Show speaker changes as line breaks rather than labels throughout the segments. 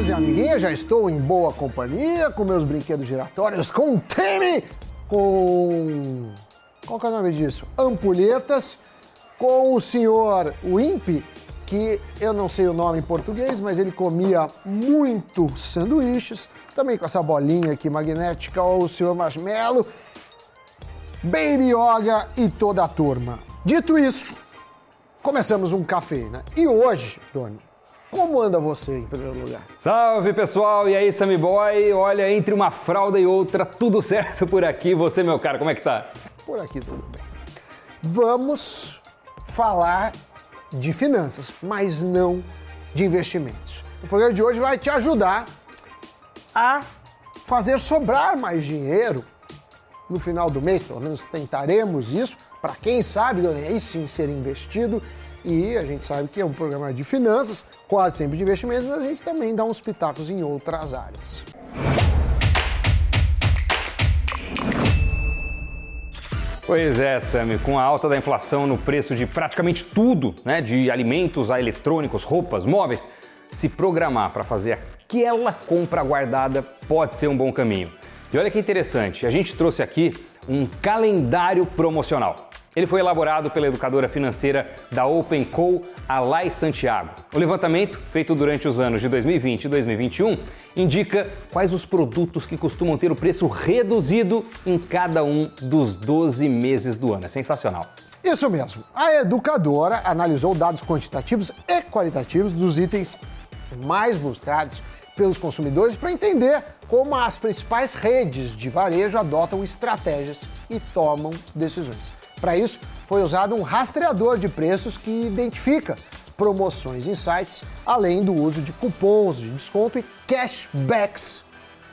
amiguinhos e amiguinhas, já estou em boa companhia com meus brinquedos giratórios, com um time, com... qual que é o nome disso? Ampulhetas, com o senhor Wimpy, que eu não sei o nome em português, mas ele comia muito sanduíches, também com essa bolinha aqui magnética, o senhor Marshmallow, Baby Yoga e toda a turma. Dito isso, começamos um café, né? E hoje, Tony, como anda você em primeiro lugar?
Salve pessoal, e aí Sammy Boy? Olha, entre uma fralda e outra, tudo certo por aqui. Você, meu cara, como é que tá?
Por aqui tudo bem. Vamos falar de finanças, mas não de investimentos. O programa de hoje vai te ajudar a fazer sobrar mais dinheiro no final do mês, pelo menos tentaremos isso, para quem sabe, aí sim ser investido, e a gente sabe que é um programa de finanças, quase sempre de investimentos, mas a gente também dá uns pitacos em outras áreas.
Pois é, Sammy, com a alta da inflação no preço de praticamente tudo, né, de alimentos a eletrônicos, roupas, móveis, se programar para fazer aquela compra guardada pode ser um bom caminho. E olha que interessante, a gente trouxe aqui um calendário promocional. Ele foi elaborado pela educadora financeira da Open Co, a Lai Santiago. O levantamento, feito durante os anos de 2020 e 2021, indica quais os produtos que costumam ter o preço reduzido em cada um dos 12 meses do ano. É sensacional.
Isso mesmo. A educadora analisou dados quantitativos e qualitativos dos itens mais buscados pelos consumidores para entender como as principais redes de varejo adotam estratégias e tomam decisões. Para isso, foi usado um rastreador de preços que identifica promoções em sites, além do uso de cupons de desconto e cashbacks,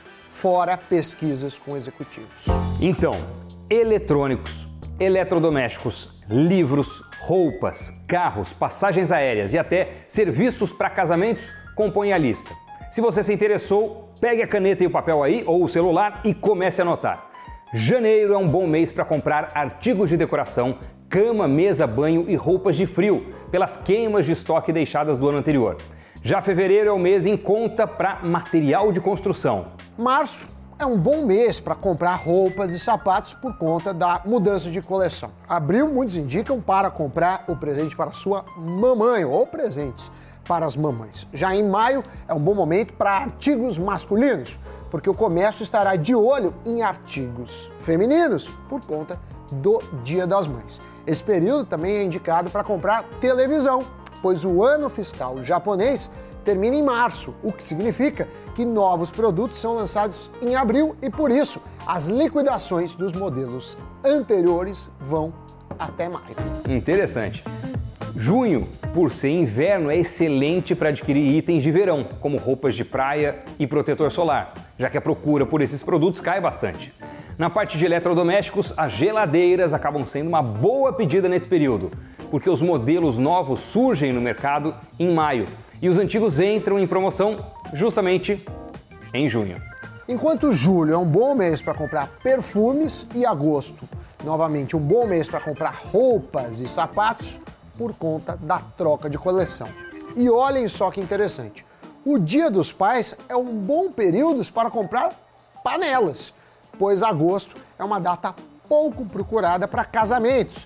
fora pesquisas com executivos.
Então, eletrônicos, eletrodomésticos, livros, roupas, carros, passagens aéreas e até serviços para casamentos compõem a lista. Se você se interessou, pegue a caneta e o papel aí, ou o celular, e comece a anotar. Janeiro é um bom mês para comprar artigos de decoração, cama, mesa, banho e roupas de frio, pelas queimas de estoque deixadas do ano anterior. Já fevereiro é o mês em conta para material de construção.
Março é um bom mês para comprar roupas e sapatos por conta da mudança de coleção. Abril, muitos indicam para comprar o presente para sua mamãe ou presentes para as mamães. Já em maio é um bom momento para artigos masculinos, porque o comércio estará de olho em artigos femininos por conta do Dia das Mães. Esse período também é indicado para comprar televisão, pois o ano fiscal japonês termina em março, o que significa que novos produtos são lançados em abril e, por isso, as liquidações dos modelos anteriores vão até maio.
Interessante. Junho, por ser inverno, é excelente para adquirir itens de verão, como roupas de praia e protetor solar, já que a procura por esses produtos cai bastante. Na parte de eletrodomésticos, as geladeiras acabam sendo uma boa pedida nesse período, porque os modelos novos surgem no mercado em maio e os antigos entram em promoção justamente em junho.
Enquanto julho é um bom mês para comprar perfumes e agosto, novamente, um bom mês para comprar roupas e sapatos, por conta da troca de coleção. E olhem só que interessante, o Dia dos Pais é um bom período para comprar panelas, pois agosto é uma data pouco procurada para casamentos,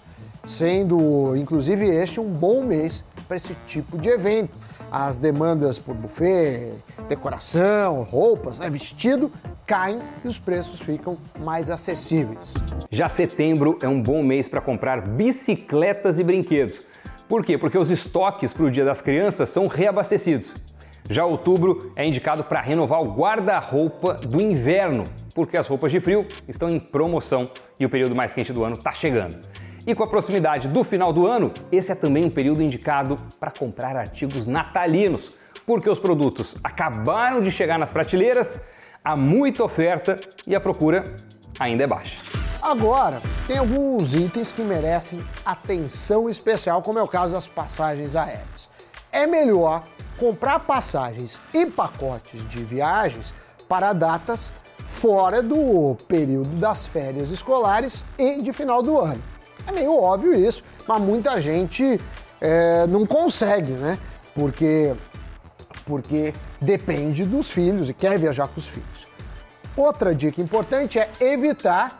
sendo inclusive este um bom mês para esse tipo de evento. As demandas por buffet, decoração, roupas, vestido caem e os preços ficam mais acessíveis.
Já setembro é um bom mês para comprar bicicletas e brinquedos. Por quê? Porque os estoques para o Dia das Crianças são reabastecidos. Já outubro é indicado para renovar o guarda-roupa do inverno, porque as roupas de frio estão em promoção e o período mais quente do ano está chegando. E com a proximidade do final do ano, esse é também um período indicado para comprar artigos natalinos, porque os produtos acabaram de chegar nas prateleiras, há muita oferta e a procura ainda é baixa.
Agora, tem alguns itens que merecem atenção especial, como é o caso das passagens aéreas. É melhor comprar passagens e pacotes de viagens para datas fora do período das férias escolares e de final do ano. É meio óbvio isso, mas muita gente não consegue, né? Porque porque depende dos filhos e quer viajar com os filhos. Outra dica importante é evitar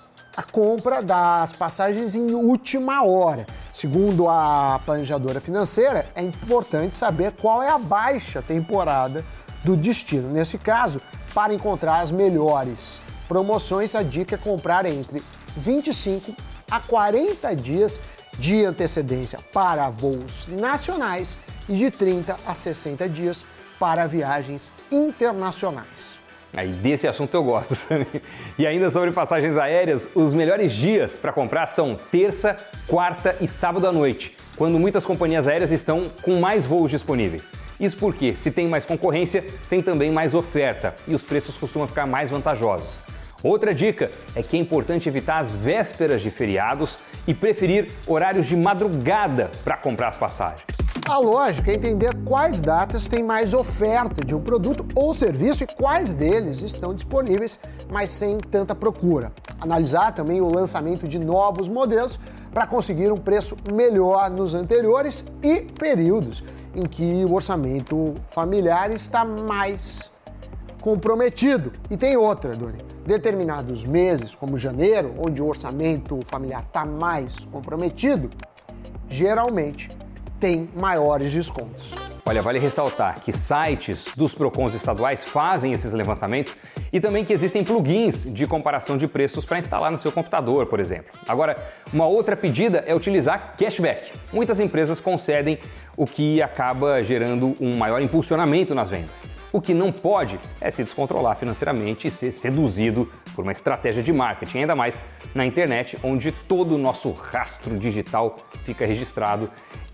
a compra das passagens em última hora. Segundo a planejadora financeira, é importante saber qual é a baixa temporada do destino. Nesse caso, para encontrar as melhores promoções, a dica é comprar entre 25 a 40 dias de antecedência para voos nacionais e de 30 a 60 dias para viagens internacionais.
Aí desse assunto eu gosto, Sammy. E ainda sobre passagens aéreas, os melhores dias para comprar são terça, quarta e sábado à noite, quando muitas companhias aéreas estão com mais voos disponíveis. Isso porque, se tem mais concorrência, tem também mais oferta e os preços costumam ficar mais vantajosos. Outra dica é que é importante evitar as vésperas de feriados e preferir horários de madrugada para comprar as passagens.
A lógica é entender quais datas têm mais oferta de um produto ou serviço e quais deles estão disponíveis, mas sem tanta procura. Analisar também o lançamento de novos modelos para conseguir um preço melhor nos anteriores e períodos em que o orçamento familiar está mais comprometido. E tem outra, Doni. Determinados meses, como janeiro, onde o orçamento familiar está mais comprometido, geralmente tem maiores descontos.
Olha, vale ressaltar que sites dos PROCONs estaduais fazem esses levantamentos e também que existem plugins de comparação de preços para instalar no seu computador, por exemplo. Agora, uma outra pedida é utilizar cashback. Muitas empresas concedem, o que acaba gerando um maior impulsionamento nas vendas. O que não pode é se descontrolar financeiramente e ser seduzido por uma estratégia de marketing, ainda mais na internet, onde todo o nosso rastro digital fica registrado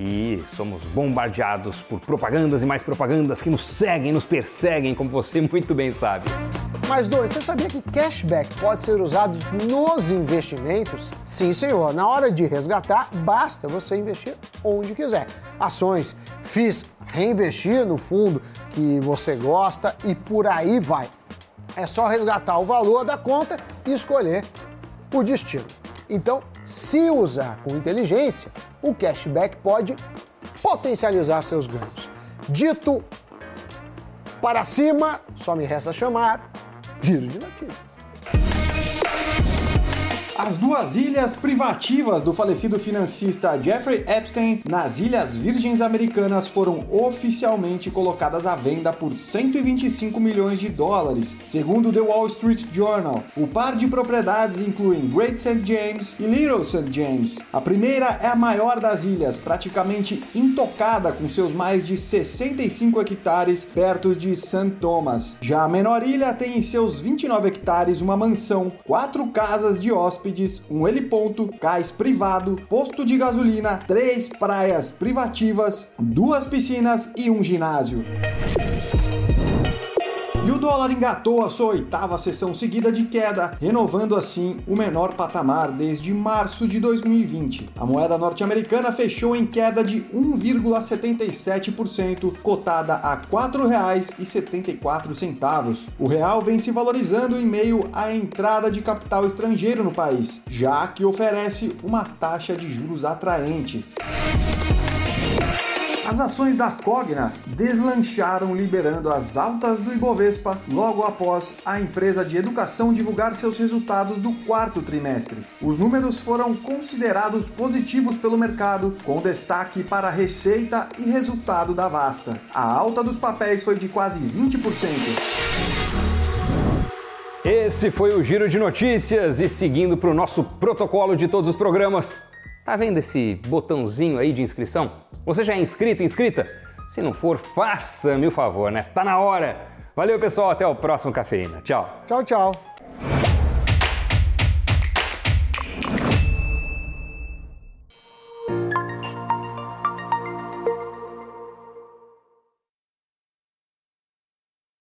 e somos bombardeados por propagandas e mais propagandas que nos seguem, nos perseguem, como você muito bem sabe.
Mas, Doni, você sabia que cashback pode ser usado nos investimentos? Sim, senhor. Na hora de resgatar, basta você investir onde quiser. Ações, FIIs, reinvestir no fundo que você gosta e por aí vai. É só resgatar o valor da conta e escolher o destino. Então, se usar com inteligência, o cashback pode potencializar seus ganhos. Dito para cima, só me resta chamar Giro de Notícias.
As duas ilhas privativas do falecido financista Jeffrey Epstein nas Ilhas Virgens Americanas foram oficialmente colocadas à venda por 125 milhões de dólares, segundo The Wall Street Journal. O par de propriedades incluem Great St. James e Little St. James. A primeira é a maior das ilhas, praticamente intocada com seus mais de 65 hectares perto de St. Thomas. Já a menor ilha tem em seus 29 hectares uma mansão, 4 casas de hóspedes, um heliponto, cais privado, posto de gasolina, 3 praias privativas, 2 piscinas e um ginásio. E o dólar engatou a sua 8ª sessão seguida de queda, renovando assim o menor patamar desde março de 2020. A moeda norte-americana fechou em queda de 1,77%, cotada a R$ 4,74. O real vem se valorizando em meio à entrada de capital estrangeiro no país, já que oferece uma taxa de juros atraente. As ações da Cogna deslancharam, liberando as altas do Ibovespa logo após a empresa de educação divulgar seus resultados do 4º trimestre. Os números foram considerados positivos pelo mercado, com destaque para a receita e resultado da Vasta. A alta dos papéis foi de quase 20%.
Esse foi o Giro de Notícias e seguindo para o nosso protocolo de todos os programas. Tá vendo esse botãozinho aí de inscrição? Você já é inscrito, inscrita? Se não for, faça-me o favor, né? Tá na hora! Valeu, pessoal. Até o próximo Cafeína. Tchau.
Tchau, tchau.